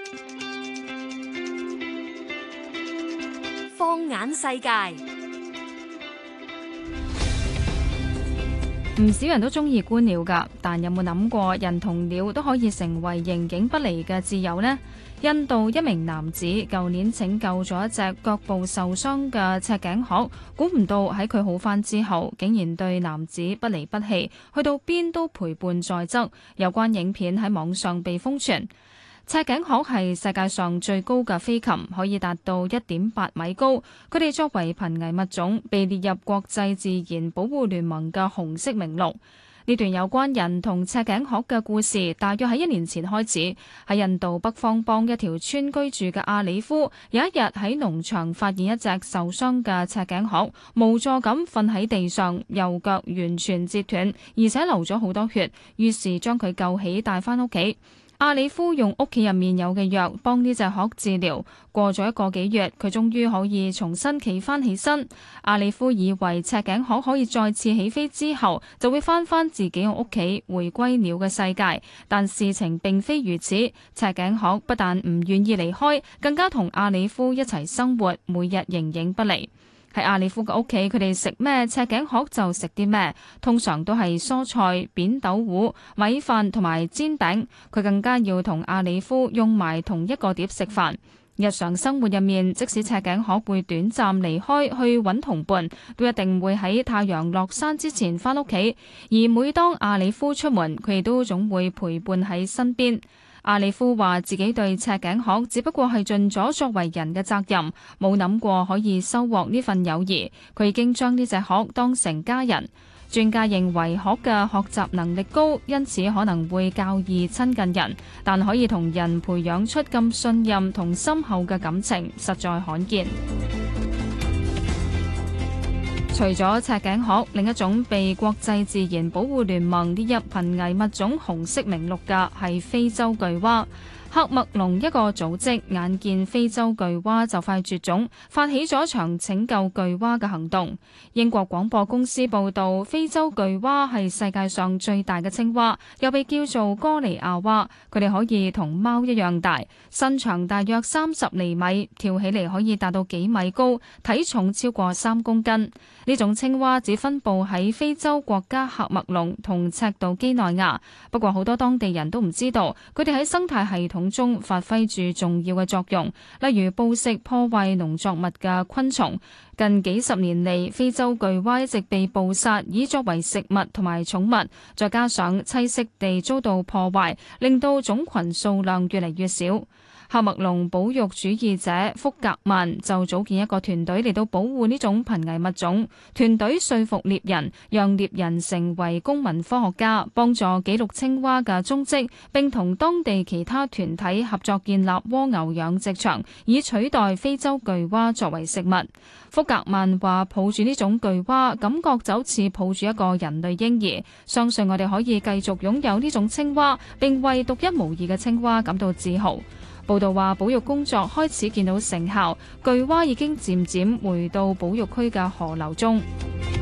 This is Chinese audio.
放眼世界， 唔少人都中意觀鳥㗎，但有冇諗過人同鳥都可以成為形影不離嘅摯友呢？印度一名男子舊年拯救咗一隻腳部受傷嘅赤頸鶴，估唔到喺佢好返之後，竟然對男子不離不棄，去到邊都陪伴在側。有關影片喺網上被瘋傳。赤頸鶴係世界上最高嘅飛禽，可以達到1.8米高。佢哋作為瀕危物種，被列入國際自然保護聯盟嘅紅色名錄。呢段有關人同赤頸鶴嘅故事，大約喺1年前開始。喺印度北方邦一條村居住嘅阿里夫，有一日喺農場發現一隻受傷嘅赤頸鶴，無助咁瞓喺地上，右腳完全折斷，而且流咗好多血，於是將佢救起帶返屋企。阿里夫用屋企入面有嘅藥幫呢隻鶴治療，過咗1個幾月，佢終於可以重新企返起身。阿里夫以為赤頸鶴可以再次起飛之後，就會返自己嘅屋企，回歸鳥嘅世界。但事情並非如此，赤頸鶴不但唔願意離開，更加同阿里夫一齊生活，每日形影不離。喺阿里夫嘅屋企，佢哋食咩，赤頸鶴就食啲咩，通常都係蔬菜、扁豆糊、米飯同埋煎餅。佢更加要同阿里夫用埋同一個碟食飯。日常生活入面，即使赤頸鶴會短暫離開去揾同伴，都一定會喺太陽落山之前返屋企。而每當阿里夫出門，佢哋都總會陪伴喺身邊。阿里夫話自己對赤頸鶴只不過係盡咗作為人嘅責任，冇諗過可以收穫呢份友誼。佢已經將呢隻鶴當成家人。專家認為鶴嘅學習能力高，因此可能會較易親近人，但可以同人培養出咁信任同深厚嘅感情，實在罕見。除咗赤頸鶴，另一種被國際自然保護聯盟列入瀕危物種紅色名錄嘅係非洲巨蛙。喀麥隆一個組織眼見非洲巨蛙就快絕種，發起咗場拯救巨蛙嘅行動。英國廣播公司報導，非洲巨蛙係世界上最大嘅青蛙，又被叫做哥尼亞蛙。佢哋可以同貓一樣大，身長大約30厘米，跳起嚟可以達到幾米高，體重超過3公斤。呢種青蛙只分布喺非洲國家喀麥隆同赤道幾內亞，不過好多當地人都唔知道，佢哋喺生態系統中發揮住重要嘅作用，例如捕食破壞農作物嘅昆蟲。近幾十年嚟，非洲巨蛙一直被捕殺，以作為食物同埋寵物，再加上棲息地遭到破壞，令到種群數量越嚟越少。喀麥隆保育主義者福格曼就組建一個團隊嚟到保護呢種瀕危物種。團隊說服獵人，讓獵人成為公民科學家，幫助記錄青蛙嘅蹤跡，並同當地其他團體合作建立蝸牛養殖場，以取代非洲巨蛙作為食物。福格曼話：抱住呢種巨蛙，感覺就好似抱住一個人類嬰兒，相信我哋可以繼續擁有呢種青蛙，並為獨一無二嘅青蛙感到自豪。報道話，保育工作開始見到成效，巨蛙已經漸漸回到保育區嘅河流中。